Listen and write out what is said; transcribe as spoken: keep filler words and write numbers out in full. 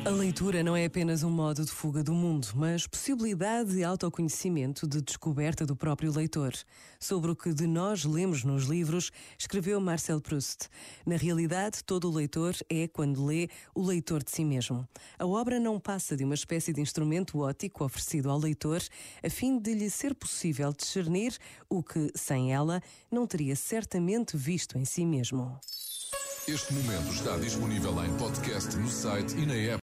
A leitura não é apenas um modo de fuga do mundo, mas possibilidade de autoconhecimento, de descoberta do próprio leitor. Sobre o que de nós lemos nos livros, escreveu Marcel Proust. Na realidade, todo o leitor é, quando lê, o leitor de si mesmo. A obra não passa de uma espécie de instrumento óptico oferecido ao leitor, a fim de lhe ser possível discernir o que, sem ela, não teria certamente visto em si mesmo. Este momento está disponível em podcast no site e na app